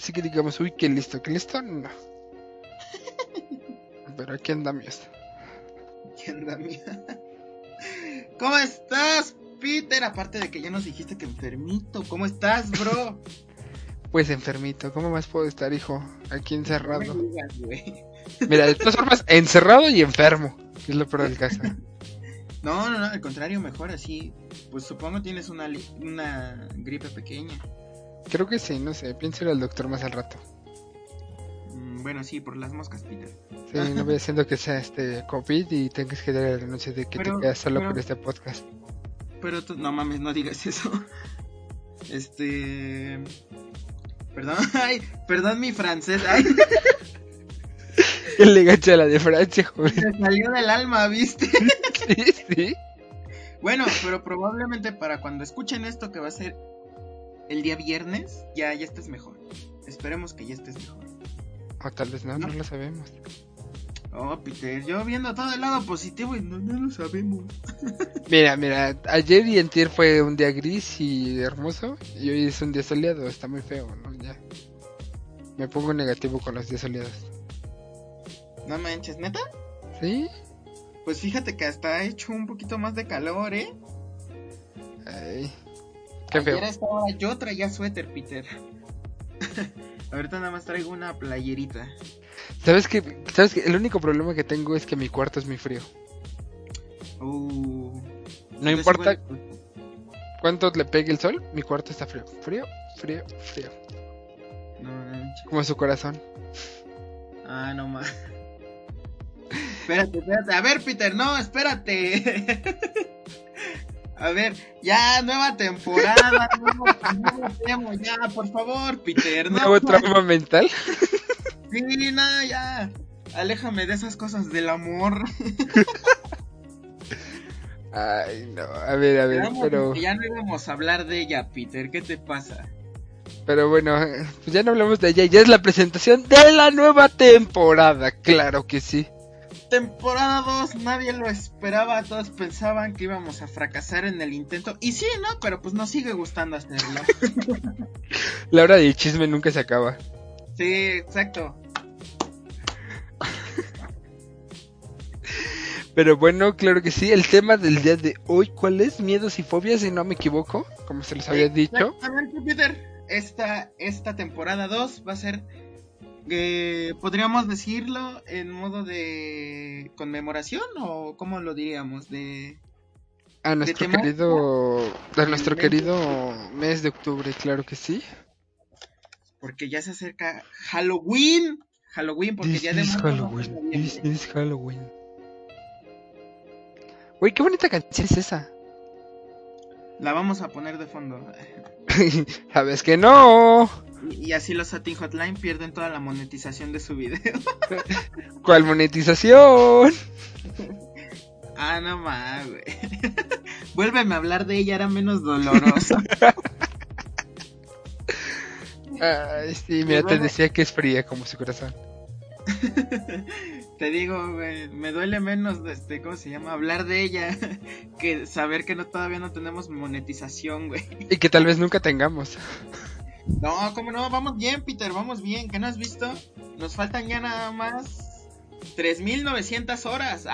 así que digamos, uy, qué listo, no. Pero aquí andamos. ¿Quién da mía? ¿Cómo estás, Peter? Aparte de que ya nos dijiste que enfermito, ¿cómo estás, bro? Pues enfermito, ¿cómo más puedo estar, hijo? Aquí encerrado. No me digas, güey. Mira, de todas formas, encerrado y enfermo, que es lo peor del caso. No, al contrario, mejor así. Pues supongo tienes una gripe pequeña. Creo que sí, no sé, pienso ir al doctor más al rato. Bueno, sí, por las moscas, Peter. Sí, no voy haciendo que sea COVID y tengas que dar el anuncio de que te quedas solo por este podcast. Pero tú, no mames, no digas eso. Perdón, perdón mi francés. Ay. Le gacha la de Francia, joder. Se salió del alma, ¿viste? Sí. Bueno, pero probablemente para cuando escuchen esto, que va a ser el día viernes, ya estés mejor. Esperemos que ya estés mejor. O tal vez no lo sabemos. Oh, Peter, yo viendo todo el lado positivo y no lo sabemos. Mira, ayer y antier fue un día gris y hermoso, y hoy es un día soleado, está muy feo, ¿no? Ya. Me pongo negativo con los días soleados. No manches, ¿neta? ¿Sí? Pues fíjate que hasta ha hecho un poquito más de calor, ¿eh? Ay, qué feo. Yo traía suéter, Peter. Ahorita nada más traigo una playerita. ¿Sabes qué? El único problema que tengo es que mi cuarto es muy frío. No importa cuánto le pegue el sol, mi cuarto está frío. Frío. No, como su corazón. Ah, no más. Espérate. A ver, Peter, no, espérate. A ver, ya, nueva temporada, nuevo tema, ya, por favor, Peter, ¿no? ¿Nuevo trauma mental? Sí, no, ya. Aléjame de esas cosas del amor. Ay, no, a ver, pero... Ya no íbamos a hablar de ella, Peter, ¿qué te pasa? Pero bueno, pues ya no hablamos de ella, ya es la presentación de la nueva temporada, claro que sí. Temporada 2, nadie lo esperaba, todos pensaban que íbamos a fracasar en el intento. Y sí, ¿no? Pero pues nos sigue gustando hacerlo. La hora del chisme nunca se acaba. Sí, exacto. Pero bueno, claro que sí, el tema del día de hoy, ¿cuál es? Miedos y fobias, si no me equivoco, como se les había dicho. Exactamente, Peter. Esta temporada 2 va a ser... podríamos decirlo en modo de conmemoración, o cómo lo diríamos, a nuestro querido mes de octubre, claro que sí, porque ya se acerca Halloween, porque This ya is Halloween. Güey, qué bonita canción es esa. La vamos a poner de fondo. Sabes que no. Y así los Satin Hotline pierden toda la monetización de su video. ¿Cuál monetización? Ah, no más, güey. Vuélveme a hablar de ella, era menos doloroso. Ay, sí, mira, te decía que es fría como su corazón. Te digo, güey, me duele menos, ¿cómo se llama? Hablar de ella que saber que todavía no tenemos monetización, güey. Y que tal vez nunca tengamos. No, ¿cómo no? Vamos bien, Peter, vamos bien. ¿Qué no has visto? Nos faltan ya nada más 3,900 horas.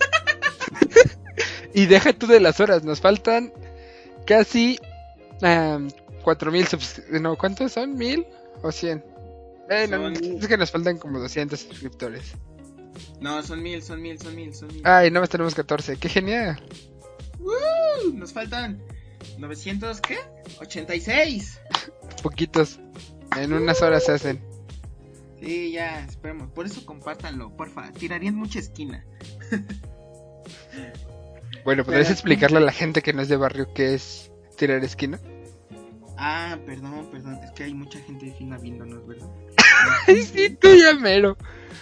Y deja tú de las horas, nos faltan casi 4,000 no, ¿cuántos son? ¿1,000 o 100? No, es que nos faltan como 200 suscriptores. No, son 1,000. Ay, no, tenemos 14, qué genial. Nos faltan 900, ¿qué? 86. Poquitos, en unas horas se hacen. Sí, ya, esperemos. Por eso compártanlo, porfa. Tirarían mucha esquina. Bueno, ¿podrías explicarle a la gente que no es de barrio qué es tirar esquina? Ah, perdón. Es que hay mucha gente fina viéndonos, ¿verdad? Ay, sí, tú ya mero.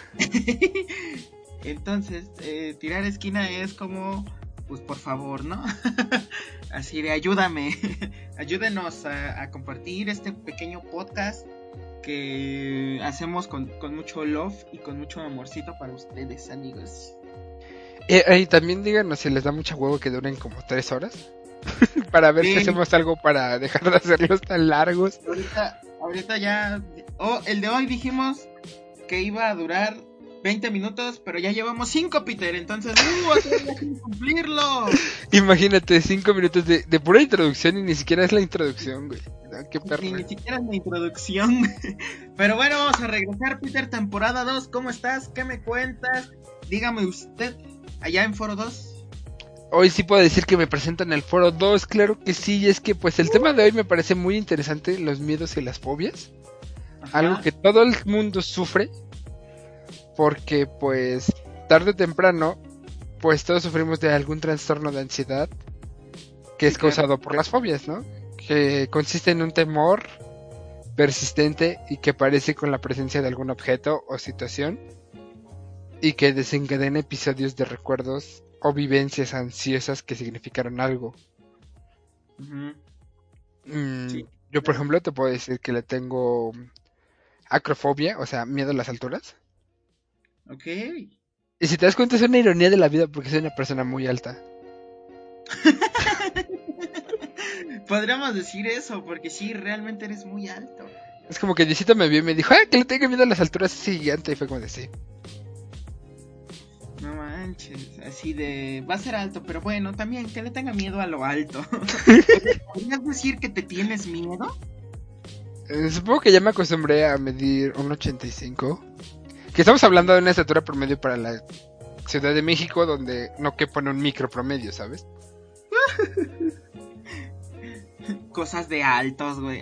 Entonces, tirar esquina es como, pues por favor, ¿no? Así de ayúdame. Ayúdenos a compartir este pequeño podcast que hacemos con mucho love y con mucho amorcito para ustedes, amigos. Y también díganos si les da mucha huevo que duren como 3 horas. Para ver si hacemos algo para dejar de hacerlos tan largos. ahorita ya... el de hoy dijimos que iba a durar 20 minutos, pero ya llevamos 5, Peter, entonces hay que cumplirlo. Imagínate, 5 minutos de pura introducción y ni siquiera es la introducción, güey. No, qué perro. Ni siquiera es la introducción. Pero bueno, vamos a regresar, Peter, temporada 2, ¿cómo estás? ¿Qué me cuentas? Dígame usted, allá en Foro 2. Hoy sí puedo decir que me presento en el Foro 2, claro que sí, y es que pues el tema de hoy me parece muy interesante, los miedos y las fobias. Ajá. Algo que todo el mundo sufre, porque pues tarde o temprano, pues todos sufrimos de algún trastorno de ansiedad que es causado por las fobias, ¿no? Que consiste en un temor persistente y que aparece con la presencia de algún objeto o situación y que desencadena episodios de recuerdos o vivencias ansiosas que significaron algo. Sí. Yo, por ejemplo, te puedo decir que le tengo acrofobia, o sea, miedo a las alturas. Ok. Y si te das cuenta es una ironía de la vida porque soy una persona muy alta. Podríamos decir eso, porque sí, realmente eres muy alto. Es como que Diosito me vio y me dijo, que le tengo miedo a las alturas, es gigante, y fue como de sí. No manches, así de... Va a ser alto, pero bueno, también que le tenga miedo a lo alto. ¿Podrías decir que te tienes miedo? Supongo que ya me acostumbré a medir 1.85. Que estamos hablando de una estatura promedio para la Ciudad de México, donde no quepa en un micro promedio, ¿sabes? Cosas de altos, güey.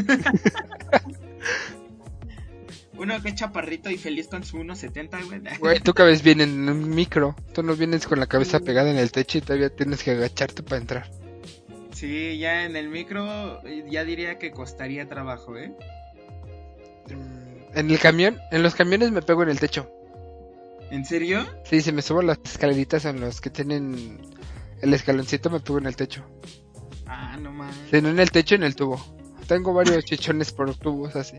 Uno que es chaparrito y feliz con su 1.70, güey. Güey, tú cabes bien en un micro. Tú no vienes con la cabeza pegada en el techo y todavía tienes que agacharte para entrar. Sí, ya en el micro ya diría que costaría trabajo, ¿eh? En el camión, en los camiones me pego en el techo. ¿En serio? Sí, si me subo las escaleritas en los que tienen el escaloncito me pego en el techo. Ah, no mames. Si no en el techo, en el tubo. Tengo varios chichones por tubos así.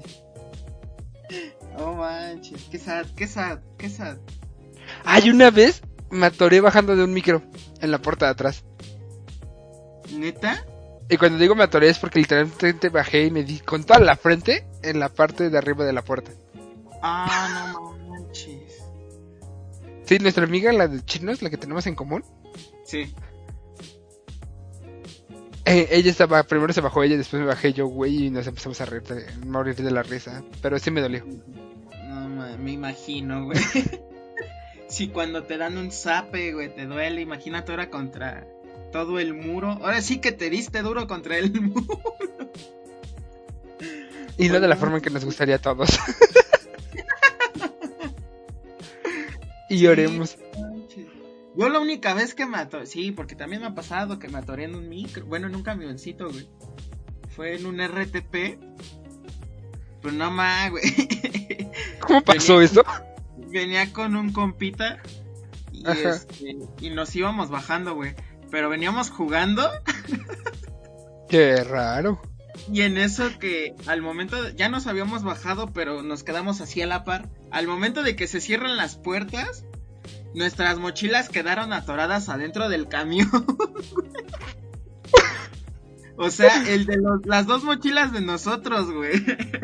Oh manches, qué sad. Ay, una vez me atoré bajando de un micro en la puerta de atrás. ¿Neta? Y cuando digo me atoré es porque literalmente bajé y me di con toda la frente en la parte de arriba de la puerta. Ah, no manches. Sí, nuestra amiga, la de chinos, la que tenemos en común. Sí. Ella estaba, primero se bajó ella, después me bajé yo, güey, y nos empezamos a morir de la risa. Pero sí me dolió. No, me imagino, güey. Si cuando te dan un zape, güey, te duele, imagínate ahora contra todo el muro. Ahora sí que te diste duro contra el muro. Y no de la forma en que nos gustaría a todos. Y oremos. Yo la única vez que me atoré, sí, porque también me ha pasado que me atoré en un micro, bueno, en un camioncito, güey. Fue en un RTP. Pues no más, güey. ¿Cómo pasó eso? Venía con un compita y nos íbamos bajando, güey. Pero veníamos jugando. Qué raro. Y en eso que al momento ya nos habíamos bajado, pero nos quedamos así a la par. Al momento de que se cierran las puertas, nuestras mochilas quedaron atoradas adentro del camión. O sea, el de las dos mochilas de nosotros, güey.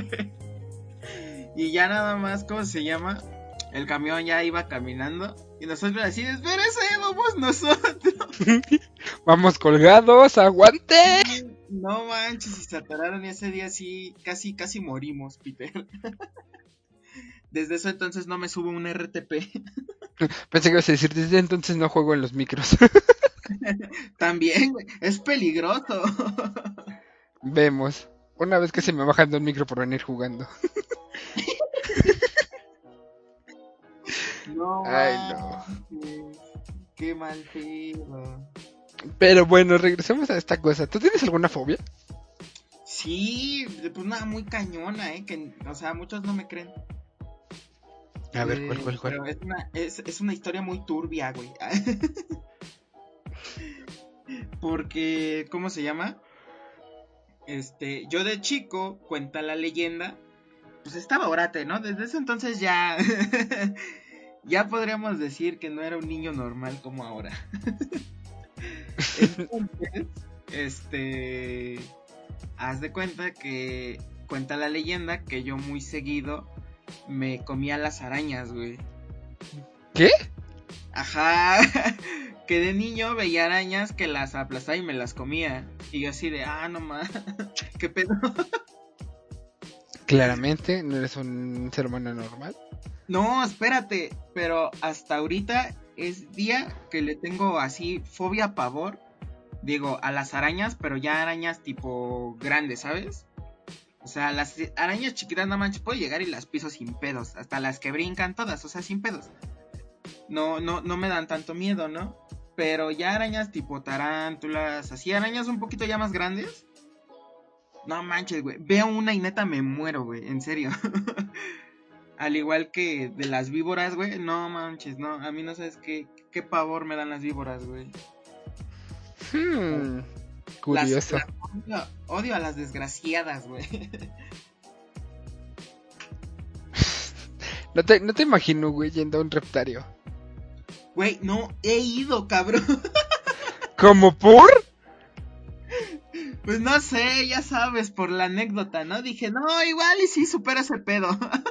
Y ya nada más, ¿cómo se llama? El camión ya iba caminando y nosotros así, espérese, vamos nosotros. Vamos colgados, aguante. No manches, y se atoraron y ese día sí, casi morimos, Peter. Desde eso entonces no me subo un RTP. Pensé que ibas a decir, desde entonces no juego en los micros. También, güey, es peligroso. Vemos. Una vez que se me bajan de un micro por venir jugando. No, ay, no. Qué mal pedo. Pero bueno, regresemos a esta cosa. ¿Tú tienes alguna fobia? Sí, pues nada, muy cañona, que, o sea, muchos no me creen. A ver, ¿cuál? Pero es una historia muy turbia, güey. Porque, ¿cómo se llama? Yo de chico, cuenta la leyenda, pues estaba orate, ¿no? Desde ese entonces ya ya podríamos decir que no era un niño normal como ahora. Entonces, haz de cuenta que cuenta la leyenda que yo muy seguido me comía las arañas, güey. ¿Qué? Ajá, que de niño veía arañas que las aplastaba y me las comía. Y yo así de, no más, qué pedo. Claramente, no eres un ser humano normal. No, espérate, pero hasta ahorita es día que le tengo así fobia, pavor. Digo, a las arañas, pero ya arañas tipo grandes, ¿sabes? O sea, las arañas chiquitas no manches, puedo llegar y las piso sin pedos. Hasta las que brincan todas, o sea, sin pedos. No me dan tanto miedo, ¿no? Pero ya arañas tipo tarántulas, así arañas un poquito ya más grandes. No manches, güey. Veo una y neta me muero, güey, en serio. Al igual que de las víboras, güey. No manches, no. A mí no sabes qué pavor me dan las víboras, güey. Curioso. Odio a las desgraciadas, güey. No te imagino, güey, yendo a un reptario. Güey, no he ido, cabrón. ¿Cómo por? Pues no sé, ya sabes, por la anécdota, ¿no? Dije, no, igual y sí supera ese pedo.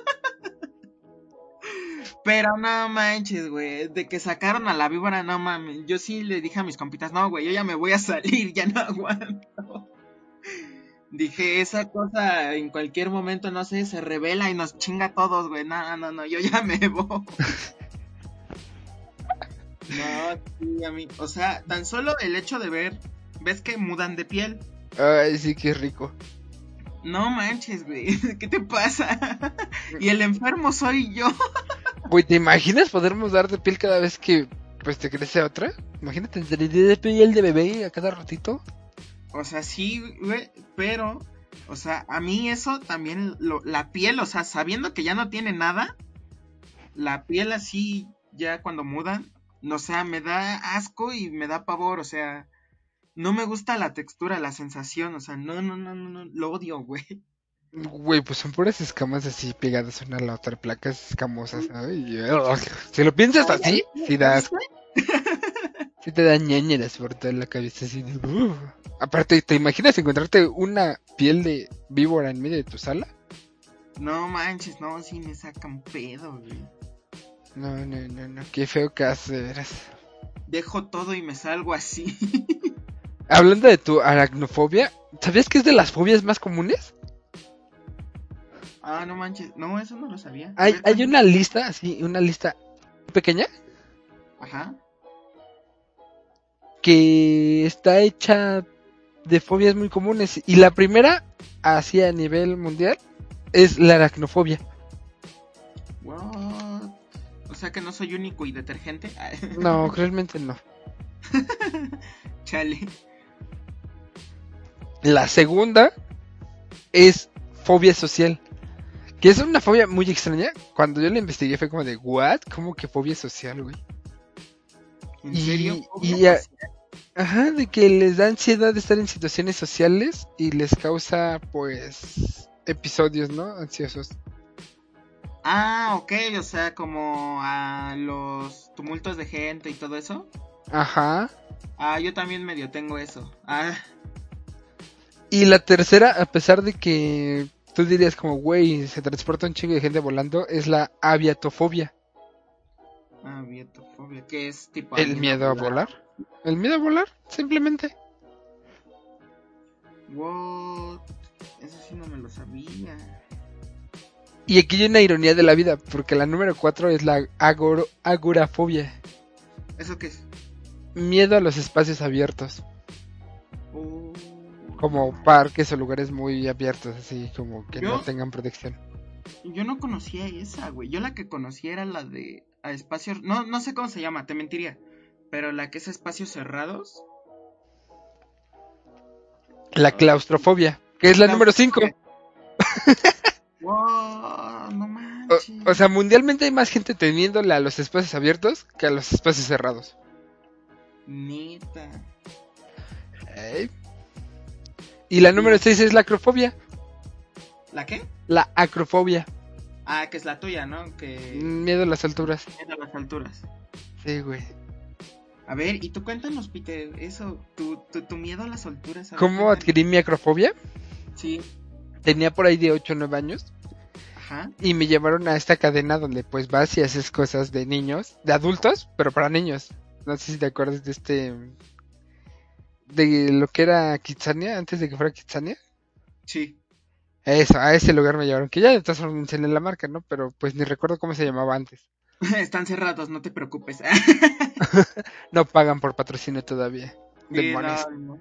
Pero no manches, güey, de que sacaron a la víbora, no mames. Yo sí le dije a mis compitas, no, güey, yo ya me voy a salir, ya no aguanto. Dije, esa cosa en cualquier momento, no sé, se revela y nos chinga a todos, güey. No, yo ya me voy. No, sí, a mí, o sea, tan solo el hecho de ver, ves que mudan de piel. Ay, sí, qué rico. No manches, güey, ¿qué te pasa? Y el enfermo soy yo. Güey, ¿te imaginas poder mudar de piel cada vez que pues te crece otra? Imagínate tener de piel de bebé a cada ratito. O sea, sí, güey, pero, o sea, a mí eso también, la piel, o sea, sabiendo que ya no tiene nada, la piel así, ya cuando mudan, o sea, me da asco y me da pavor, o sea, no me gusta la textura, la sensación, o sea, no, lo odio, güey. Güey, pues son puras escamas así pegadas una a la otra, placas escamosas, ¿sabes? Si lo piensas así, sí sí te da ñañeras por toda la cabeza así de, Aparte, ¿te imaginas encontrarte una piel de víbora en medio de tu sala? No manches, no, sí me sacan pedo, güey. No, qué feo caso, de veras. Dejo todo y me salgo así. Hablando de tu aracnofobia, ¿sabías que es de las fobias más comunes? No manches, no, eso no lo sabía. Hay una lista, así, una lista pequeña. Ajá. Que está hecha de fobias muy comunes. Y la primera, así a nivel mundial, es la aracnofobia. What? O sea que no soy único y detergente. No, realmente no. Chale. La segunda es fobia social. Que es una fobia muy extraña. Cuando yo la investigué fue como de, ¿what? ¿Cómo que fobia social, güey? ¿En serio? Ajá, de que les da ansiedad de estar en situaciones sociales y les causa, pues, episodios, ¿no? Ansiosos. Ok, o sea, como a los tumultos de gente y todo eso. Ajá. Yo también medio tengo eso. Y la tercera, a pesar de que tú dirías como, güey, se transporta un chingo de gente volando, es la aviatofobia. Aviatofobia, que es tipo... ¿El miedo a volar? ¿El miedo a volar? Simplemente. What? Eso sí no me lo sabía. Y aquí hay una ironía de la vida, porque la número 4 es la agorafobia. ¿Eso qué es? Miedo a los espacios abiertos. Como parques o lugares muy abiertos, así como que no tengan protección. Yo no conocía esa, güey. Yo la que conocía era la de a espacios... No sé cómo se llama, te mentiría. Pero la que es a espacios cerrados. La claustrofobia, que es la número 5. Wow, no manches. O sea, mundialmente hay más gente temiéndole a los espacios abiertos que a los espacios cerrados. Neta. Y la número 6 es la acrofobia. ¿La qué? La acrofobia. Que es la tuya, ¿no? Que... Miedo a las alturas. Miedo a las alturas. Sí, güey. A ver, y tú cuéntanos, Peter, eso, tu miedo a las alturas. ¿Cómo adquirí mi acrofobia? Sí. tenía por ahí de 8 o 9 años. Ajá. Y me llevaron a esta cadena donde pues vas y haces cosas de niños, de adultos, pero para niños. No sé si te acuerdas de lo que era Kitsania, antes de que fuera Kitsania. Sí. Eso, a ese lugar me llevaron, que ya de todas formas mencioné la marca, ¿no? Pero pues ni recuerdo cómo se llamaba antes. Están cerrados, no te preocupes. No pagan por patrocinio todavía. Sí, no, Demonios. no.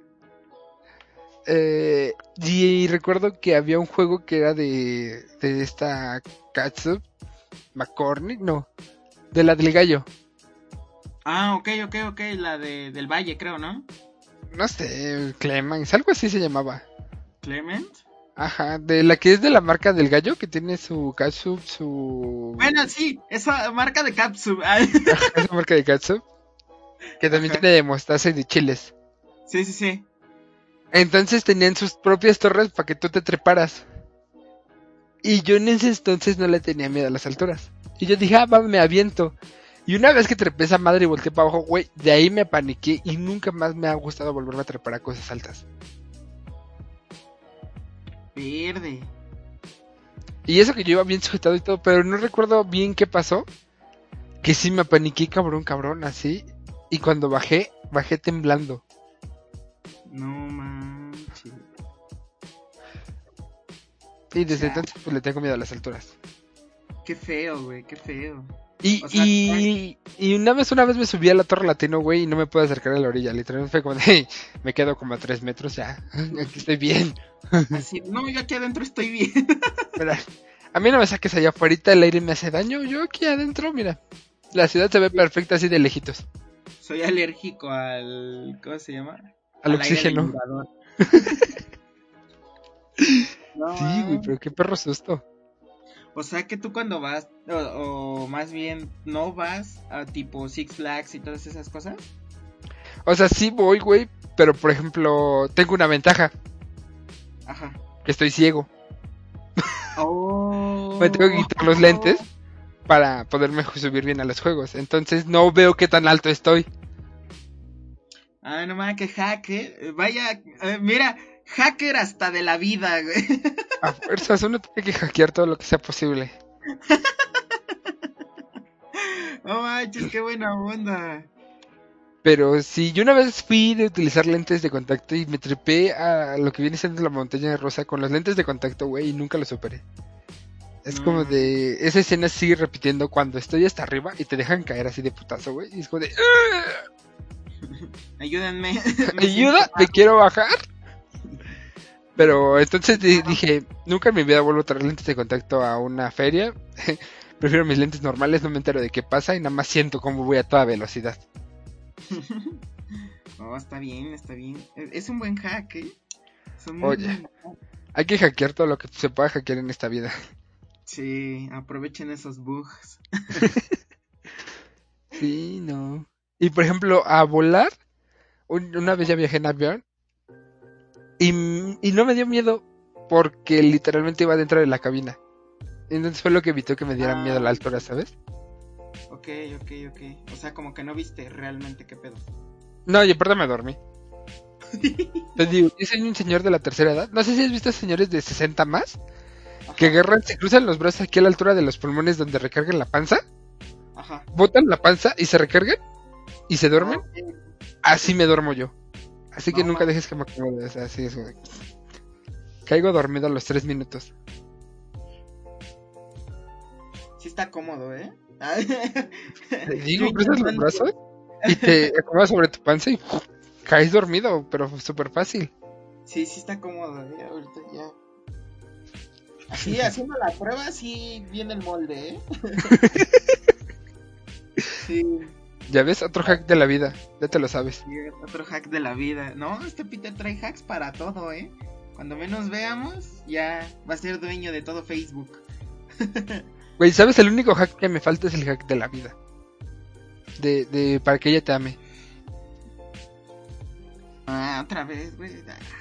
Y recuerdo que había un juego que era de esta Katsu McCormick, no, de la del gallo. Ah, ok, la del Valle, creo, ¿no? No sé, Clemens, algo así se llamaba. Clement. Ajá, de la que es de la marca del gallo, que tiene su catsup, su... Bueno, sí, esa marca de Capsule. Ajá, esa marca de catsup, que también Ajá. tiene de mostaza y de chiles. Sí, sí, sí. Entonces tenían sus propias torres para que tú te treparas. Y yo en ese entonces no le tenía miedo a las alturas. Y yo dije, va, me aviento. Y una vez que trepé esa madre y volteé para abajo, güey, de ahí me paniqué y nunca más me ha gustado volverme a trepar a cosas altas. Verde. Y eso que yo iba bien sujetado y todo, pero no recuerdo bien qué pasó. Que sí me apaniqué, cabrón, así. Y cuando bajé temblando. No manches. Y desde Cha, entonces pues le tengo miedo a las alturas. qué feo, güey, qué feo. Y, O sea, y una vez me subí a la Torre Latino, güey, y no me pude acercar a la orilla. Literalmente fue como de, "Hey, me quedo como a 3 metros ya. Aquí estoy bien. así, no, yo aquí adentro estoy bien. Mira, a mí no me saques allá afuera, el aire me hace daño. Yo aquí adentro, mira. La ciudad se ve perfecta así de lejitos. Soy alérgico al, ¿cómo se llama? Al Al aire del oxígeno. mirador. No, Sí, güey, pero qué perro susto. o sea que tú cuando vas, o más bien no vas a tipo Six Flags y todas esas cosas. O sea, sí voy, güey, pero por ejemplo, tengo una ventaja, Ajá. que estoy ciego. Me tengo que Oh. quitar los lentes para poderme subir bien a los juegos. Entonces no veo qué tan alto estoy. Ah, no mames, que hacker. Vaya, mira, hacker hasta de la vida, güey. A fuerzas, uno tiene que hackear todo lo que sea posible. No manches, qué buena onda. Pero sí, yo una vez fui de utilizar lentes de contacto y me trepé a lo que viene siendo la montaña rusa con los lentes de contacto, güey, y nunca lo superé. Es No como mames. de... Esa escena sigue repitiendo cuando estoy hasta arriba y te dejan caer así de putazo, güey. Y es como de... Ayúdenme, me siento ¡Ayuda! ¡Me mal. quiero bajar! Pero entonces dije, nunca en mi vida vuelvo a traer lentes de contacto a una feria. Prefiero mis lentes normales, no me entero de qué pasa y nada más siento cómo voy a toda velocidad. Oh, está bien, está bien. Es un buen hack, ¿eh? Es un muy Oye, buen hack. hay que hackear todo lo que se pueda hackear en esta vida. Sí, aprovechen esos bugs. Sí, no. Y por ejemplo, a volar, una vez ya viajé en avión y no me dio miedo porque literalmente iba dentro de la cabina. Entonces fue lo que evitó que me diera miedo a la Ah, altura, ¿sabes? ok. O sea, como que no viste realmente qué pedo. No, y aparte me dormí. Te digo, yo soy un señor de la tercera edad. No sé si has visto señores de 60 más que Ajá, agarran, se cruzan los brazos aquí a la altura de los pulmones donde recargan la panza, ajá. botan la panza y se recargan y se duermen. Ok. Así me duermo yo. Así que No nunca manches, dejes que me acomode. O sea, así es, güey. Caigo dormido a los 3 minutos. sí está cómodo, ¿eh? Te Yo digo, cruzas los intentando. brazos y te acomodas sobre tu panza y caes dormido, pero súper fácil. Sí, sí está cómodo, ¿eh? Ahorita ya. Así, haciendo la prueba, sí viene el molde, ¿eh? Sí, Ya ves, otro hack de la vida. Ya te lo sabes. sí, otro hack de la vida. No, este Peter trae hacks para todo, ¿eh? Cuando menos veamos, ya va a ser dueño de todo Facebook. Güey, ¿sabes? El único hack que me falta es el hack de la vida. Para que ella te ame. Ah, otra vez, güey.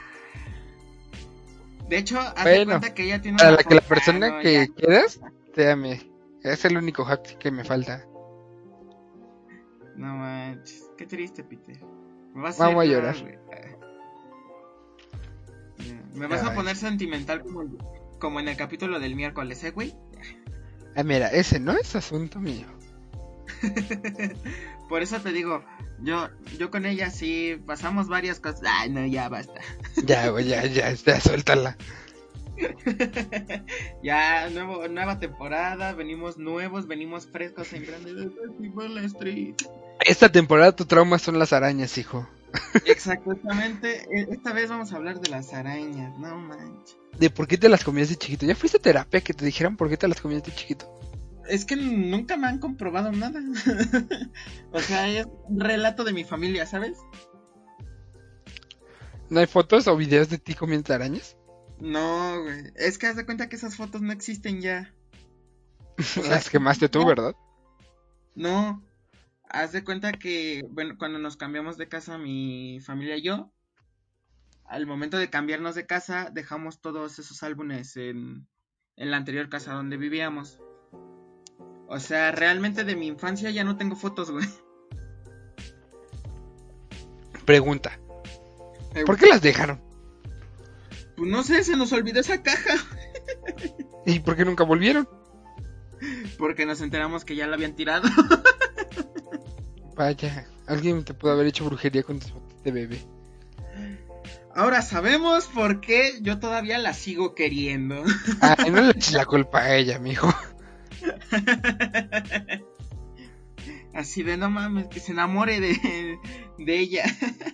De hecho, haz de Bueno, cuenta que ella tiene para una la que la foto. Ah, persona no, ya. que quieras te ame. Es el único hack que me falta. No manches. Qué triste, Peter. Me vas a hacer Vamos a llorar, llorar. güey. Ya. Me vas a poner sentimental como en el capítulo del miércoles, güey. Mira, ese no es asunto mío. Por eso te digo, yo con ella sí pasamos varias cosas. Ay, no, ya basta. Ya, güey, ya, suéltala. Ya, nueva temporada, venimos nuevos, venimos frescos en Grande Street. Esta temporada tu trauma son las arañas, hijo. Exactamente, esta vez vamos a hablar de las arañas, no manches. ¿De por qué te las comías de chiquito? ¿Ya fuiste a terapia que te dijeran por qué te las comías de chiquito? Es que nunca me han comprobado nada. O sea, es un relato de mi familia, ¿sabes? ¿No hay fotos o videos de ti comiendo arañas? No, güey. Es que haz de cuenta que esas fotos no existen ya. O sea, las quemaste tú, ¿verdad? No. Haz de cuenta que, bueno, cuando nos cambiamos de casa, mi familia y yo, al momento de cambiarnos de casa, dejamos todos esos álbumes en la anterior casa donde vivíamos. O sea, realmente de mi infancia ya no tengo fotos, güey. Pregunta. ¿Por qué las dejaron? Pues no sé, se nos olvidó esa caja. ¿Y por qué nunca volvieron? Porque nos enteramos que ya la habían tirado. Vaya, alguien te pudo haber hecho brujería con tus fotos de bebé. Ahora sabemos por qué yo todavía la sigo queriendo. Ay, no le eches la culpa a ella, mijo. Así de no mames, que se enamore de ella.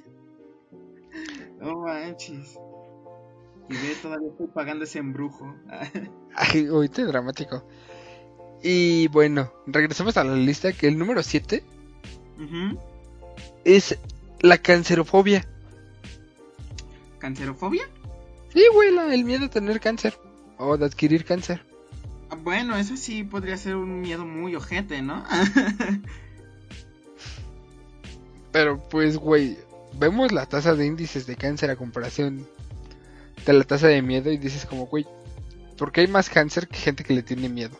No manches. Y ve, todavía estoy pagando ese embrujo. Ay, oíste, dramático. Y bueno, regresamos a la lista, que el número 7 es la cancerofobia. ¿Cancerofobia? Sí, güey, el miedo a tener cáncer o de adquirir cáncer. Bueno, eso sí podría ser un miedo muy ojete, ¿no? Pero pues, güey, vemos la tasa de índices de cáncer a comparación de la tasa de miedo y dices como, güey, ¿por qué hay más cáncer que gente que le tiene miedo?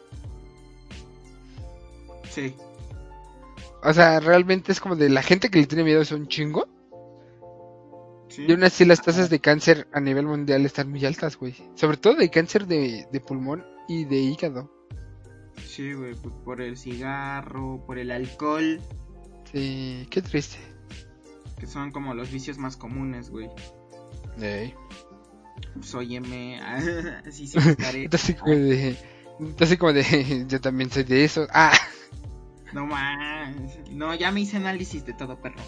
Sí. O sea, realmente es como de la gente que le tiene miedo es un chingo. Sí. Y aún así las tasas de cáncer a nivel mundial están muy altas, güey. Sobre todo de cáncer de pulmón y de hígado. Sí, güey, pues por el cigarro, por el alcohol. Sí, qué triste. Que son como los vicios más comunes, güey. Ey. Pues óyeme, así se buscaré. Entonces como de, yo también soy de eso. Ah. No más. No, ya me hice análisis de todo, perro.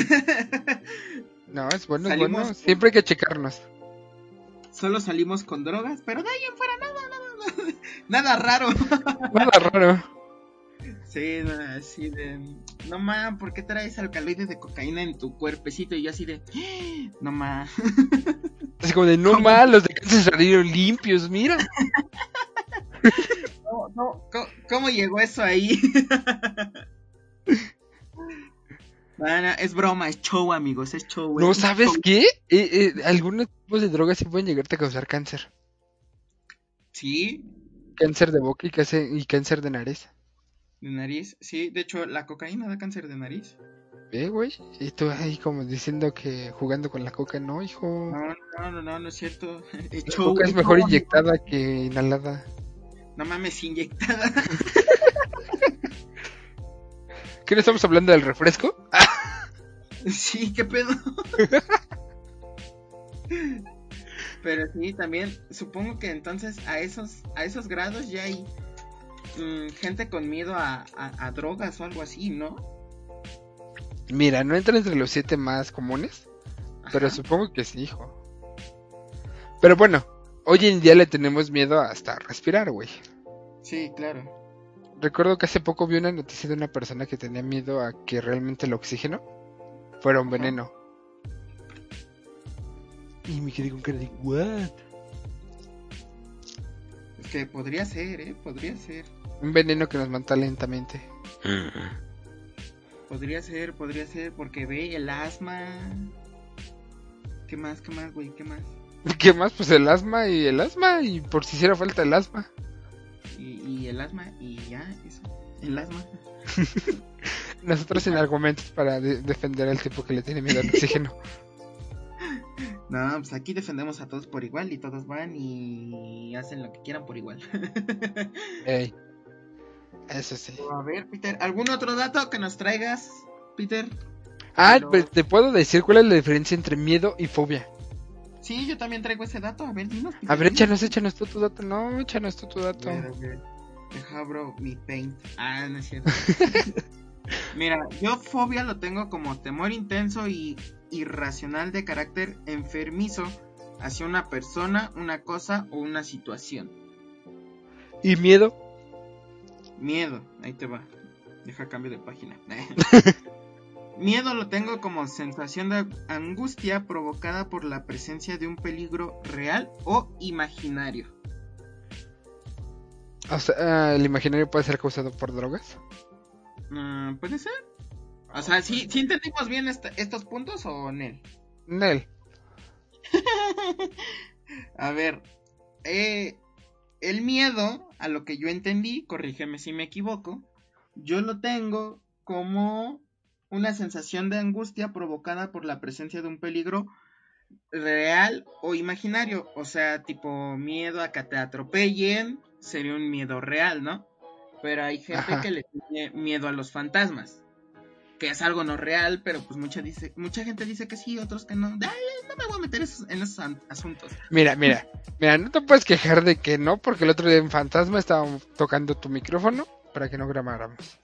No, es bueno, Salimos, es bueno. Siempre hay que checarnos. Solo salimos con drogas, pero de ahí en fuera nada raro. Nada raro. Sí, así de... No ma, ¿por qué traes alcaloides de cocaína en tu cuerpecito? Y yo así de... No ma. Así como de, no mal, los de cáncer salieron limpios, mira. No, ¿cómo llegó eso ahí? Bueno, es broma, es show, amigos, es show. No, ¿sabes qué? Algunos tipos de drogas sí pueden llegarte a causar cáncer. ¿Sí? Cáncer de boca y cáncer de nariz. ¿De nariz? Sí, de hecho, la cocaína da cáncer de nariz. Güey. Y tú ahí como diciendo que jugando con la coca, no, hijo. No es cierto. La coca es mejor inyectada que inhalada. No mames, inyectada. ¿Qué no estamos hablando del refresco? Sí, qué pedo. Pero sí, también supongo que entonces a esos grados ya hay gente con miedo a drogas o algo así, ¿no? Mira, no entra entre los 7 más comunes, pero supongo que sí, hijo. Pero bueno, hoy en día le tenemos miedo hasta respirar, güey. Sí, claro. Recuerdo que hace poco vi una noticia de una persona que tenía miedo a que realmente el oxígeno fuera un veneno. Y me quedé con cara de, ¿what? Es que podría ser, podría ser. Un veneno que nos mata lentamente. Podría ser, porque ve el asma. ¿Qué más, güey? ¿Qué más? ¿Qué más? Pues el asma, y por si hiciera falta el asma. Y el asma, y ya, eso. El asma. Nosotros sin argumentos para defender al tipo que le tiene miedo al oxígeno. No, pues aquí defendemos a todos por igual y todos van y hacen lo que quieran por igual. Ey, eso sí. A ver, Peter, ¿algún otro dato que nos traigas, Peter? Ah, pues te puedo decir cuál es la diferencia entre miedo y fobia. Sí, yo también traigo ese dato. A ver, dinos, Peter. A ver, échanos tú tu dato. No, échanos tú tu dato. A ver. Deja, bro, mi paint. Ah, no es cierto. Mira, yo fobia lo tengo como temor intenso y irracional de carácter enfermizo hacia una persona, una cosa o una situación. ¿Y miedo? Miedo, ahí te va. Deja cambio de página. Miedo lo tengo como sensación de angustia provocada por la presencia de un peligro real o imaginario. O sea, ¿el imaginario puede ser causado por drogas? ¿Puede ser? O sea, ¿sí entendimos bien estos puntos o no? Nel. A ver, el miedo, a lo que yo entendí, corrígeme si me equivoco, yo lo tengo como una sensación de angustia provocada por la presencia de un peligro real o imaginario. O sea, tipo miedo a que te atropellen, sería un miedo real, ¿no? Pero hay gente que le tiene miedo a los fantasmas, que es algo no real, pero pues mucha gente dice que sí, otros que no. Ay, no me voy a meter en esos asuntos. Mira, no te puedes quejar de que no, porque el otro día en Fantasma estaba tocando tu micrófono para que no grabáramos.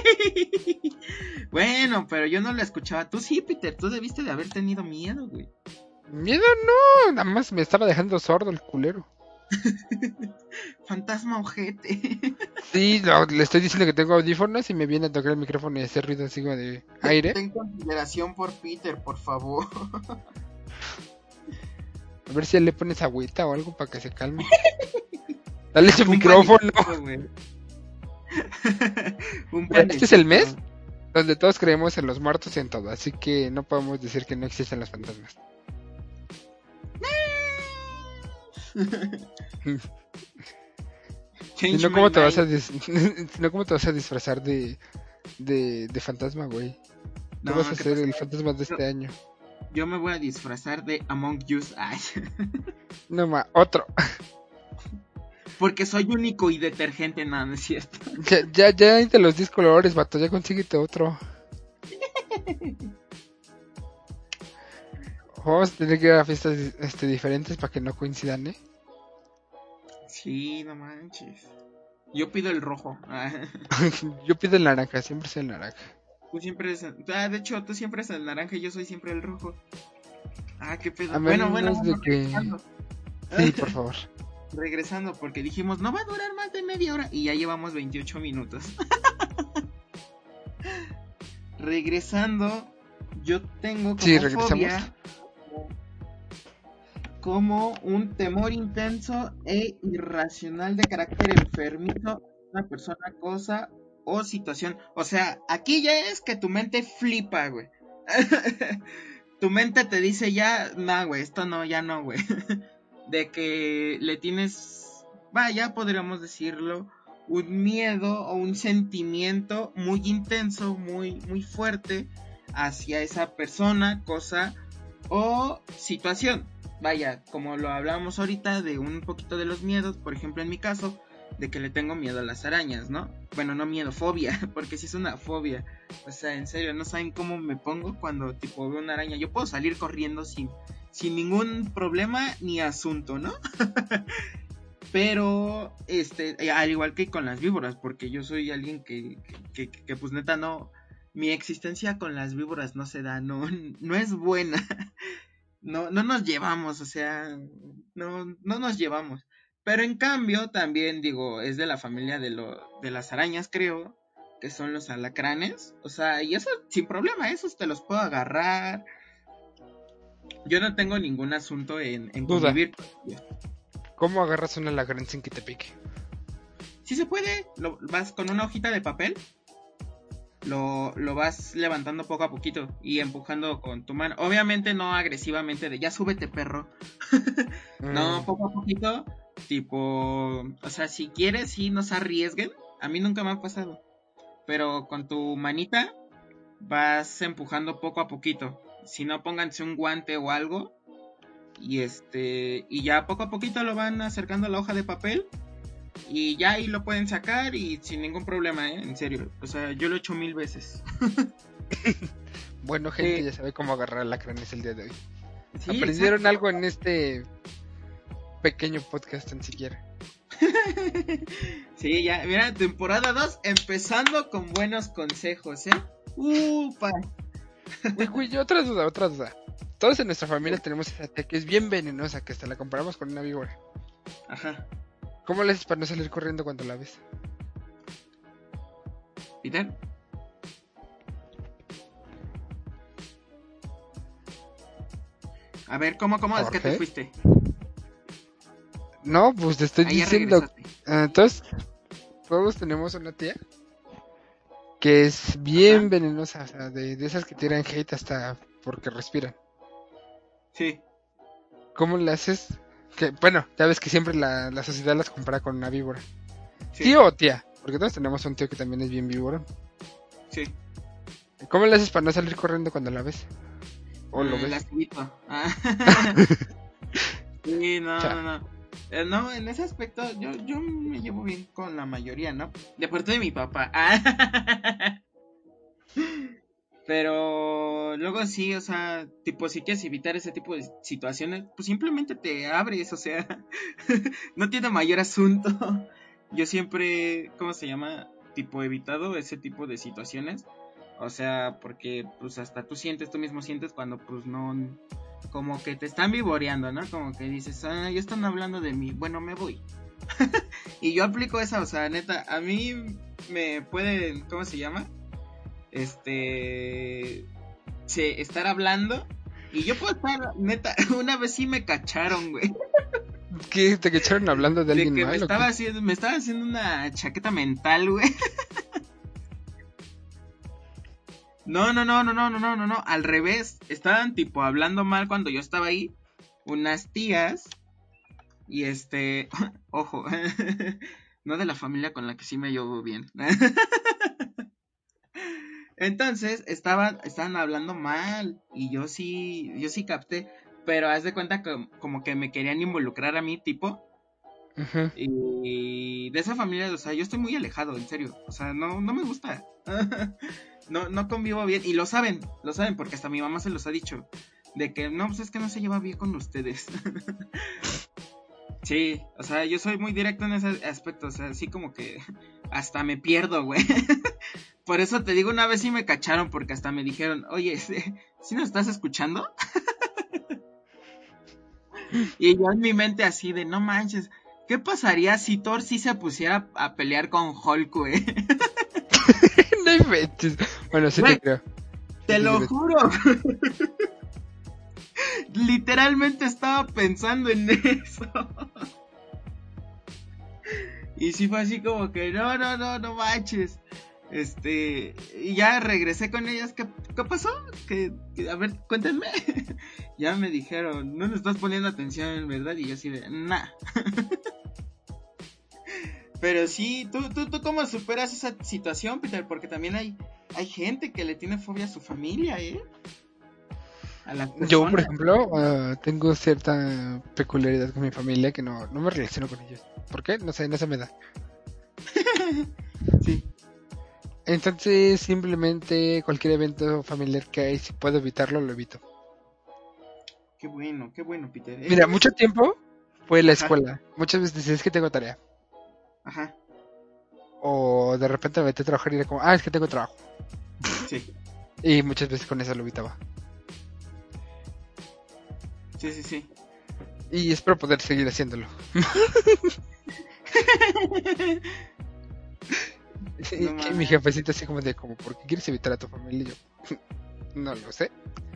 Bueno, pero yo no lo escuchaba. Tú sí, Peter, tú debiste de haber tenido miedo, güey. Miedo no, nada más me estaba dejando sordo el culero. Fantasma ojete. Sí, le estoy diciendo que tengo audífonos y me viene a tocar el micrófono y hacer ruido así como de aire. Ten consideración por Peter, por favor. A ver si le pones agüita o algo para que se calme. Dale su micrófono. Este es el mes donde todos creemos en los muertos y en todo, así que no podemos decir que no existen los fantasmas. Si no, ¿cómo te vas a disfrazar de fantasma, güey? No, vas a ser el fantasma de este año. Yo me voy a disfrazar de Among Us. Ay. No, otro. Porque soy único y detergente, no es cierto. Ya hay de los 10 colores, vato, ya consíguete otro. Vamos a tener que ir a fiestas diferentes para que no coincidan, ¿eh? Sí, no manches. Yo pido el rojo. Yo pido el naranja, siempre soy el naranja. Tú siempre eres... de hecho, tú siempre eres el naranja y yo soy siempre el rojo. Qué pedo. A bueno, de que... Sí, por favor. Regresando, porque dijimos, no va a durar más de media hora. Y ya llevamos 28 minutos. Regresando, yo tengo como fobia como un temor intenso e irracional de carácter enfermizo, una persona, cosa o situación. O sea, aquí ya es que tu mente flipa, güey. Tu mente te dice ya, no, güey, esto no, ya no, güey. De que le tienes, vaya, podríamos decirlo, un miedo o un sentimiento muy intenso, muy, muy fuerte hacia esa persona, cosa o situación. Vaya, como lo hablábamos ahorita de un poquito de los miedos, por ejemplo en mi caso, de que le tengo miedo a las arañas, ¿no? Bueno, no miedo, fobia, porque sí es una fobia. O sea, en serio, no saben cómo me pongo cuando tipo veo una araña. Yo puedo salir corriendo sin ningún problema ni asunto, ¿no? Pero, al igual que con las víboras, porque yo soy alguien que pues neta no, mi existencia con las víboras no se da, no es buena. No nos llevamos, o sea, no nos llevamos. Pero en cambio, también digo, es de la familia de las arañas, creo, que son los alacranes. O sea, y eso sin problema, esos te los puedo agarrar. Yo no tengo ningún asunto en convivir. ¿Cómo agarras un alacrán sin que te pique? Sí se puede, vas con una hojita de papel, lo vas levantando poco a poquito y empujando con tu mano. Obviamente no agresivamente de ya súbete, perro. No, poco a poquito, tipo, o sea, si quieres, sí, no se arriesguen. A mí nunca me ha pasado. Pero con tu manita vas empujando poco a poquito. Si no, pónganse un guante o algo y ya poco a poquito lo van acercando a la hoja de papel y ya ahí lo pueden sacar y sin ningún problema, en serio. O sea, yo lo he hecho 1000 veces. Bueno, gente, ya sabe cómo agarrar alacranes el día de hoy. Sí, ¿Aprendieron exacto. algo en este pequeño podcast tan siquiera? Sí, ya, mira, temporada 2 empezando con buenos consejos, ¡Upa! Güey, otra duda. Todos en nuestra familia tenemos esa tía que es bien venenosa, que hasta la comparamos con una víbora. Ajá. ¿Cómo le haces para no salir corriendo cuando la ves? ¿Peter? A ver, ¿cómo es que te ¿Jorge? fuiste? No, pues te estoy Ahí ya diciendo. regresaste. Entonces, todos tenemos una tía que es bien Ajá. venenosa, o sea, de esas que tiran hate hasta porque respiran. Sí. ¿Cómo le haces? Que, bueno, ya ves que siempre la sociedad las compara con una víbora. Sí. ¿Tío o tía? Porque todos tenemos un tío que también es bien víbora. Sí. ¿Cómo le haces para no salir corriendo cuando la ves? ¿O lo ves? Lastimito. Sí, no. No, en ese aspecto yo me llevo bien con la mayoría, ¿no? De parte de mi papá. Pero luego sí, o sea, tipo, si quieres evitar ese tipo de situaciones, pues simplemente te abres, o sea, no tiene mayor asunto. Yo siempre, ¿cómo se llama? Tipo, evitado ese tipo de situaciones. O sea, porque pues hasta tú mismo sientes cuando pues no, como que te están vivoreando, ¿no? Como que dices, ya están hablando de mí, bueno, me voy. Y yo aplico esa, o sea, neta, a mí me pueden, ¿cómo se llama? Estar hablando y yo puedo estar, neta, una vez sí me cacharon, güey. ¿Qué? ¿Te echaron hablando de De alguien que mal o qué? me estaba haciendo una chaqueta mental, güey. No, al revés, estaban tipo hablando mal cuando yo estaba ahí, unas tías, y ojo, no de la familia con la que sí me llevo bien. Entonces, estaban hablando mal, y yo sí capté, pero haz de cuenta que como que me querían involucrar a mí, tipo, Ujú. y de esa familia, o sea, yo estoy muy alejado, en serio, o sea, no me gusta. No convivo bien, y lo saben, porque hasta mi mamá se los ha dicho, de que no, pues es que no se lleva bien con ustedes. Sí, o sea, yo soy muy directo en ese aspecto, o sea, así como que hasta me pierdo, güey. Por eso te digo, una vez sí me cacharon, porque hasta me dijeron, oye, ¿sí nos estás escuchando? Y yo en mi mente así de, no manches, ¿qué pasaría si Thor sí se pusiera a pelear con Hulk, güey? No inventes. Bueno, sí te Güey, creo. Sí te te lo creo. juro. Literalmente estaba pensando en eso. Y sí fue así como que no manches. Y ya regresé con ellas. ¿Qué pasó? A ver, cuéntenme. Ya me dijeron, no le estás poniendo atención, ¿verdad? Y yo así de, nah. Pero sí, ¿tú cómo superas esa situación, Peter? Porque también hay gente que le tiene fobia a su familia, a las Yo, por personas. ejemplo, tengo cierta peculiaridad con mi familia que no me relaciono con ellos. ¿Por qué? No sé, no se me da. Sí, Entonces, simplemente cualquier evento familiar que hay, si puedo evitarlo, lo evito. qué bueno, Peter. Mira, mucho tiempo fue la Ajá, escuela. Muchas veces decía, es que tengo tarea. ajá, O de repente me metí a trabajar y era como, es que tengo trabajo. sí, Y muchas veces con eso lo evitaba. sí. Y espero poder seguir haciéndolo. No Y que mi mames, jefecito así como de, ¿por qué quieres evitar a tu familia? Y yo, no lo sé.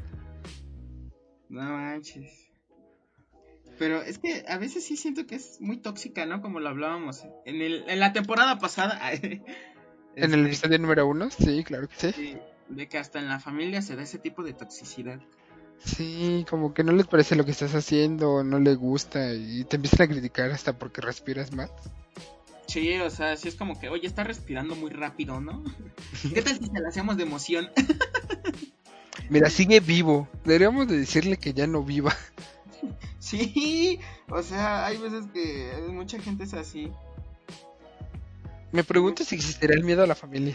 no manches. Pero es que a veces sí siento que es muy tóxica, ¿no? Como lo hablábamos en la temporada pasada. En el Que, episodio número 1, sí, claro que sí. de que hasta en la familia se da ese tipo de toxicidad. Sí, como que no les parece lo que estás haciendo, no le gusta y te empiezan a criticar hasta porque respiras mal. Sí, o sea, sí es como que, oye, está respirando muy rápido, ¿no? ¿Qué tal si se la hacemos de emoción? Mira, sigue vivo. Deberíamos de decirle que ya no viva. Sí, o sea, hay veces que mucha gente es así. Me pregunto si existirá el miedo a la familia.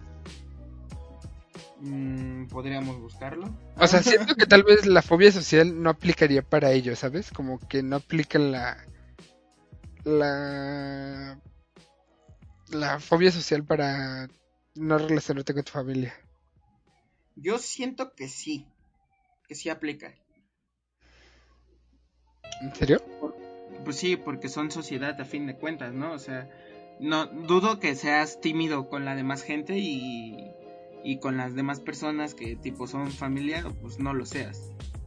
Podríamos buscarlo. O sea, siento que tal vez la fobia social no aplicaría para ellos, ¿sabes? Como que no aplica la la fobia social para no relacionarte con tu familia. Yo siento que sí aplica. ¿En serio? Pues sí, porque son sociedad a fin de cuentas, ¿no? O sea, no dudo que seas tímido con la demás gente y con las demás personas que tipo son familia, pues no lo seas.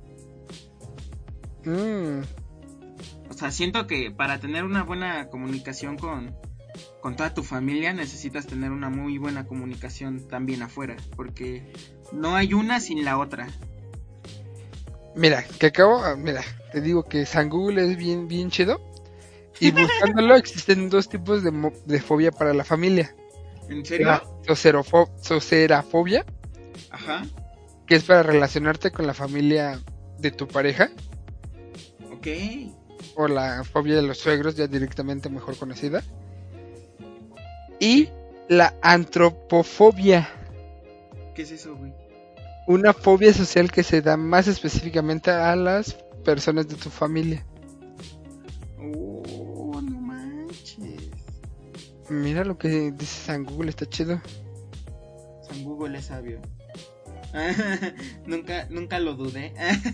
Mm, O sea, siento que para tener una buena comunicación con toda tu familia necesitas tener una muy buena comunicación también afuera, porque no hay una sin la otra. mira, mira, te digo que San Google es bien, bien chido. Y buscándolo existen dos tipos de fobia para la familia. ¿En serio? La socerafobia, Ajá, que es para relacionarte con la familia de tu pareja. ok. O la fobia de los suegros, ya directamente mejor conocida. Y la antropofobia, ¿Qué es eso, güey? una fobia social que se da más específicamente a las personas de tu familia. Oh, no manches. Mira lo que dice San Google, está chido. San Google es sabio. nunca lo dudé.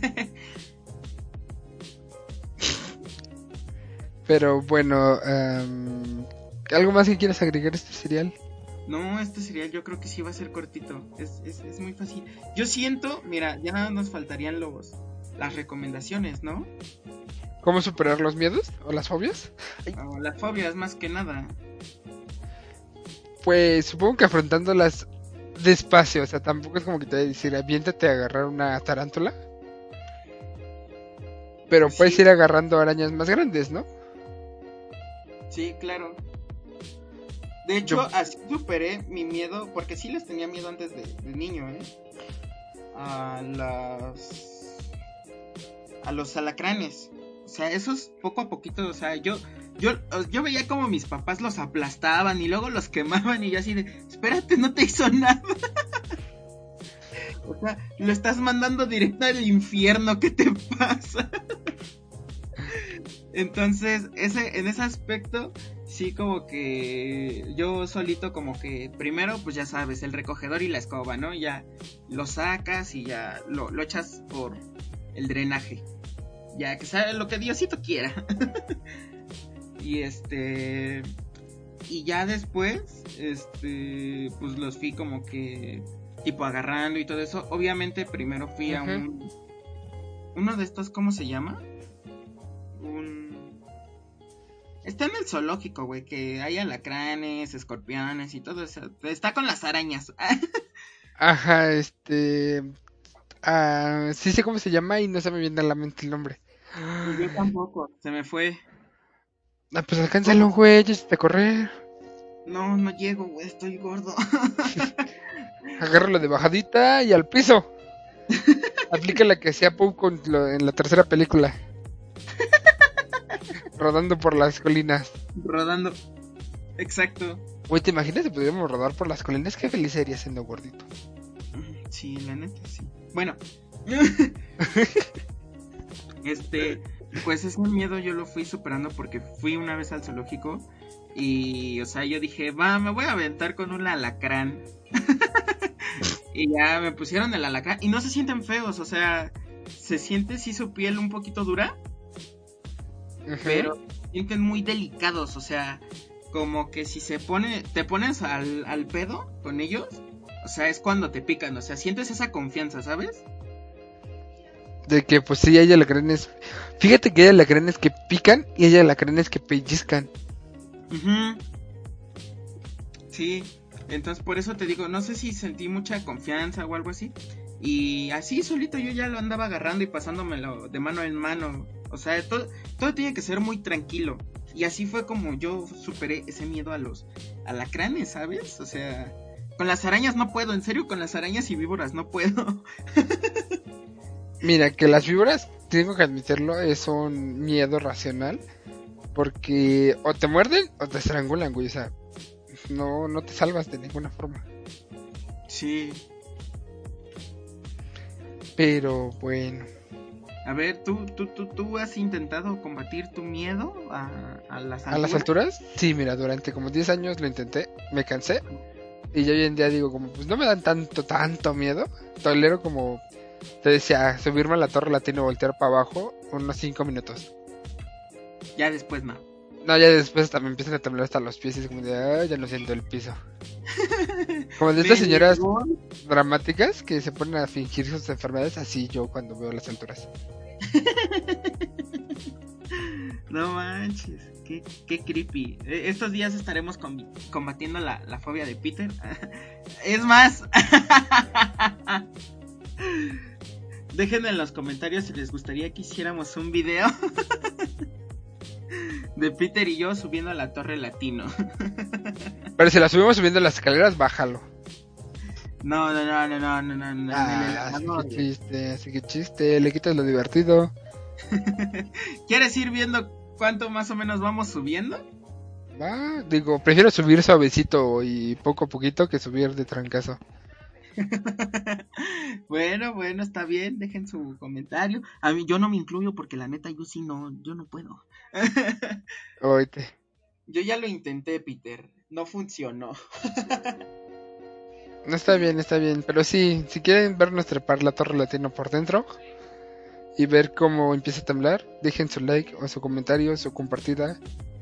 Pero bueno, ¿algo más que quieras agregar a este serial? No, este serial yo creo que sí va a ser cortito. Es muy fácil. Yo siento, mira, ya nada nos faltarían las recomendaciones, ¿no? ¿Cómo superar los miedos o las fobias? O las fobias más que nada. Pues supongo que afrontándolas despacio, o sea, tampoco es como que te vaya a decir, aviéntate a agarrar una tarántula. Pero Pues puedes sí, ir agarrando arañas más grandes, ¿no? sí, claro. De hecho, Yo, así superé mi miedo, porque sí les tenía miedo antes de niño, ¿eh? A los alacranes. O sea, esos poco a poquito, o sea, yo veía como mis papás los aplastaban y luego los quemaban y yo así de, espérate, no te hizo nada. O sea, lo estás mandando directo al infierno, ¿qué te pasa? Entonces, en ese aspecto, sí como que yo solito como que, primero, pues ya sabes, el recogedor y la escoba, ¿no? Ya lo sacas y ya lo echas por el drenaje. Ya que sea lo que Diosito quiera. Y y ya después, pues los fui como que tipo agarrando y todo eso. Obviamente primero fui a uno de estos, ¿cómo se llama? Está en el zoológico, güey, que hay alacranes, escorpiones y todo eso. Está con las arañas. ajá, sí sé cómo se llama y no se me viene a la mente el nombre. Yo tampoco, se me fue. Ah, pues alcánzalo, güey, ya a correr. No, no llego, güey, estoy gordo. Agárralo de bajadita y al piso. Aplica la que hacía Poe en la tercera película. Rodando por las colinas. Rodando. Exacto. Güey, ¿te imaginas si pudiéramos rodar por las colinas? Qué feliz sería siendo gordito. Sí, la neta, sí. Bueno. Pues ese miedo yo lo fui superando porque fui una vez al zoológico y, o sea, yo dije, me voy a aventar con un alacrán. Y ya me pusieron el alacrán y no se sienten feos, o sea, se siente sí su piel un poquito dura, pero se sienten muy delicados, o sea, como que si te pones al pedo con ellos, o sea, es cuando te pican, o sea, sientes esa confianza, ¿sabes? De que pues sí hay alacranes. Fíjate que hay alacranes que pican y hay alacranes que pellizcan. Sí, entonces por eso te digo, no sé si sentí mucha confianza o algo así. Y así solito yo ya lo andaba agarrando y pasándomelo de mano en mano. O sea, todo tiene que ser muy tranquilo. Y así fue como yo superé ese miedo a los alacranes, ¿sabes? O sea, con las arañas no puedo, en serio, con las arañas y víboras no puedo. Mira, que las víboras tengo que admitirlo, es un miedo racional. Porque o te muerden o te estrangulan, güey. O sea, no te salvas de ninguna forma. Sí. Pero bueno. A ver, ¿tú has intentado combatir tu miedo a las alturas? ¿A las alturas? Sí, mira, durante como 10 años lo intenté, me cansé. Y yo hoy en día digo, como, pues no me dan tanto miedo. Tolero como, te decía, subirme a la Torre Latino y voltear para abajo unos 5 minutos. Ya después no. No, ya después también empiezan a temblar hasta los pies y es como de, ay, ya no siento el piso. Como de estas señoras dramáticas que se ponen a fingir sus enfermedades, así yo cuando veo las alturas. No manches, qué creepy. Estos días estaremos combatiendo la fobia de Peter. Es más, déjenme en los comentarios si les gustaría que hiciéramos un video de Peter y yo subiendo a la Torre Latino. Pero si la subimos subiendo las escaleras, bájalo. No. Así que chiste, le quitas lo divertido. ¿Quieres ir viendo cuánto más o menos vamos subiendo? Digo, prefiero subir suavecito y poco a poquito que subir de trancazo. Bueno, está bien, dejen su comentario. A mí yo no me incluyo porque la neta yo no puedo. Oíte. Yo ya lo intenté, Peter, no funcionó. No, está bien, pero sí, si quieren vernos trepar la Torre Latino por dentro y ver cómo empieza a temblar, dejen su like o su comentario, su compartida.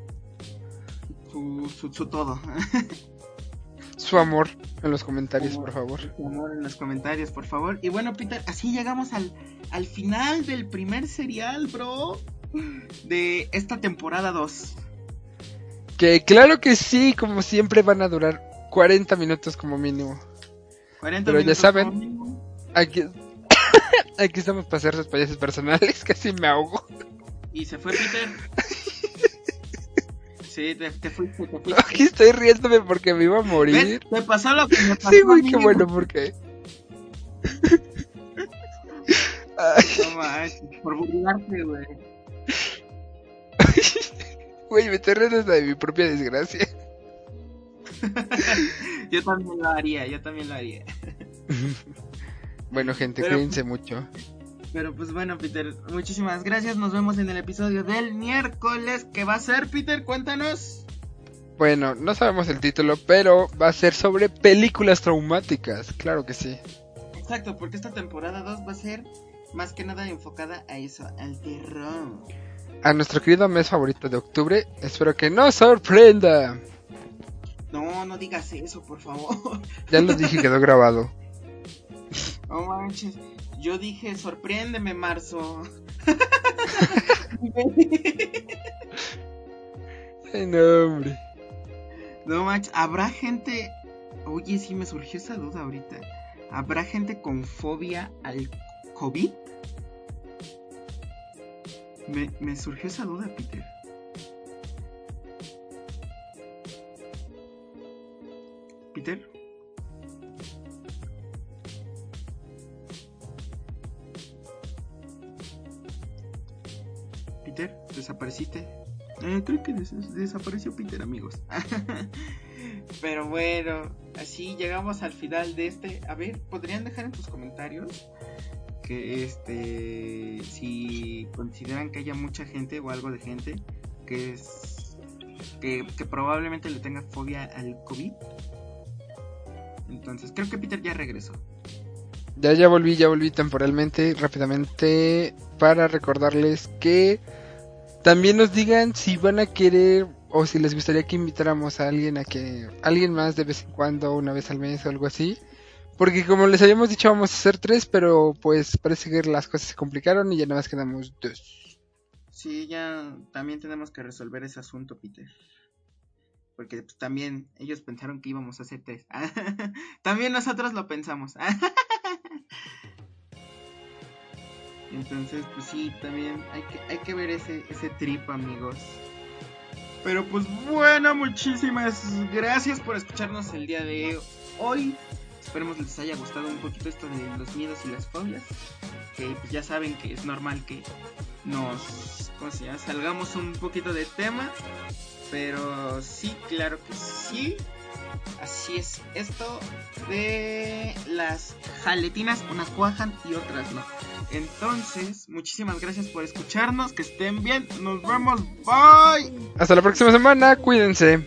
Su todo. Su amor en los comentarios, por favor. Su amor en los comentarios, por favor. Y bueno, Peter, así llegamos al final del primer serial, bro, de esta temporada 2. Que claro que sí, como siempre van a durar 40 minutos como mínimo. 40 Pero minutos ya saben, como mínimo. aquí estamos para hacer sus payasos personales, casi me ahogo. Y se fue Peter. Sí, te fuiste. Aquí estoy riéndome porque me iba a morir. ¿Ves? Te pasó lo que me pasó. Sí, güey, qué bueno, porque... No manches, por burlarte, güey. Güey, me estoy riendo hasta de mi propia desgracia. Yo también lo haría. Bueno, gente, cuídense mucho. Pero pues bueno, Peter, muchísimas gracias. Nos vemos en el episodio del miércoles. ¿Qué va a ser, Peter? Cuéntanos. Bueno, no sabemos el título, pero va a ser sobre películas traumáticas. Claro que sí. Exacto, porque esta temporada 2 va a ser más que nada enfocada a eso, al terror. A nuestro querido mes favorito de octubre, espero que nos sorprenda. No digas eso, por favor. Ya lo dije, quedó grabado. No manches. Yo dije, sorpréndeme, marzo. Ay, no, hombre. No manches, ¿habrá gente? Oye, sí me surgió esa duda ahorita. ¿Habrá gente con fobia al COVID? Me surgió esa duda, Peter. ¿Peter? Peter, ¿desapareciste? Creo que desapareció Peter, amigos. Pero bueno, así llegamos al final de este. A ver, ¿podrían dejar en sus comentarios que si consideran que haya mucha gente o algo de gente que probablemente le tenga fobia al COVID? Entonces, creo que Peter ya regresó. Ya volví temporalmente, rápidamente, para recordarles que también nos digan si van a querer o si les gustaría que invitáramos a alguien más de vez en cuando, una vez al mes o algo así. Porque como les habíamos dicho, vamos a hacer 3, pero pues parece que las cosas se complicaron y ya nada más quedamos 2. Sí, ya también tenemos que resolver ese asunto, Peter. Porque pues, también ellos pensaron que íbamos a hacer 3. También nosotros lo pensamos. Entonces, pues sí, también hay que ver ese trip, amigos. Pero pues bueno, muchísimas gracias por escucharnos el día de hoy. Esperemos les haya gustado un poquito esto de los miedos y las fobias. que pues, ya saben que es normal que nos, ¿cómo se llama?, salgamos un poquito de tema, pero sí, claro que sí. Así es, esto de las jaletinas, unas cuajan y otras no. Entonces, muchísimas gracias por escucharnos, que estén bien, nos vemos, bye. Hasta la próxima semana, cuídense.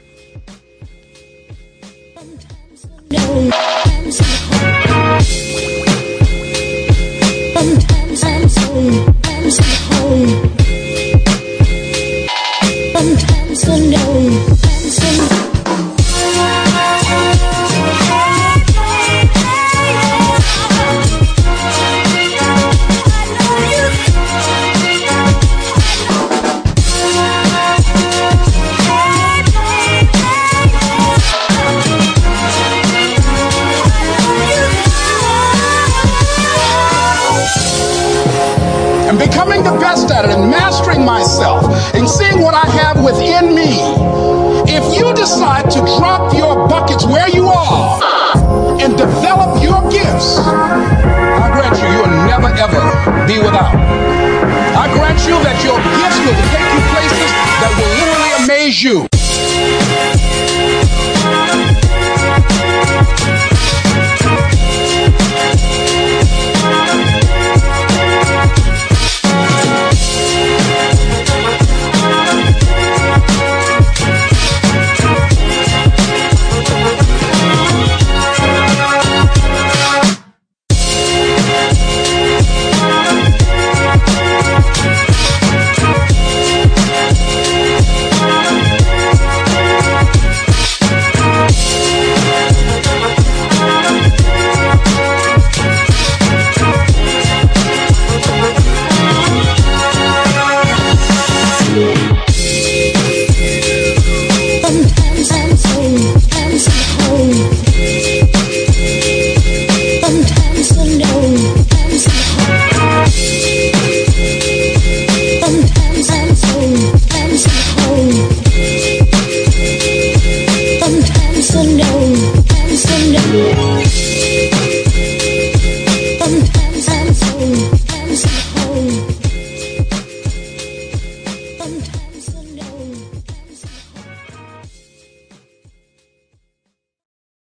And becoming the best at it and mastering myself and seeing what I have within me. If you decide to drop your buckets where you are and develop your gifts, I grant you, you'll never ever be without. I grant you that your gifts will take you places that will literally amaze you. Sometimes I know, sometimes I know.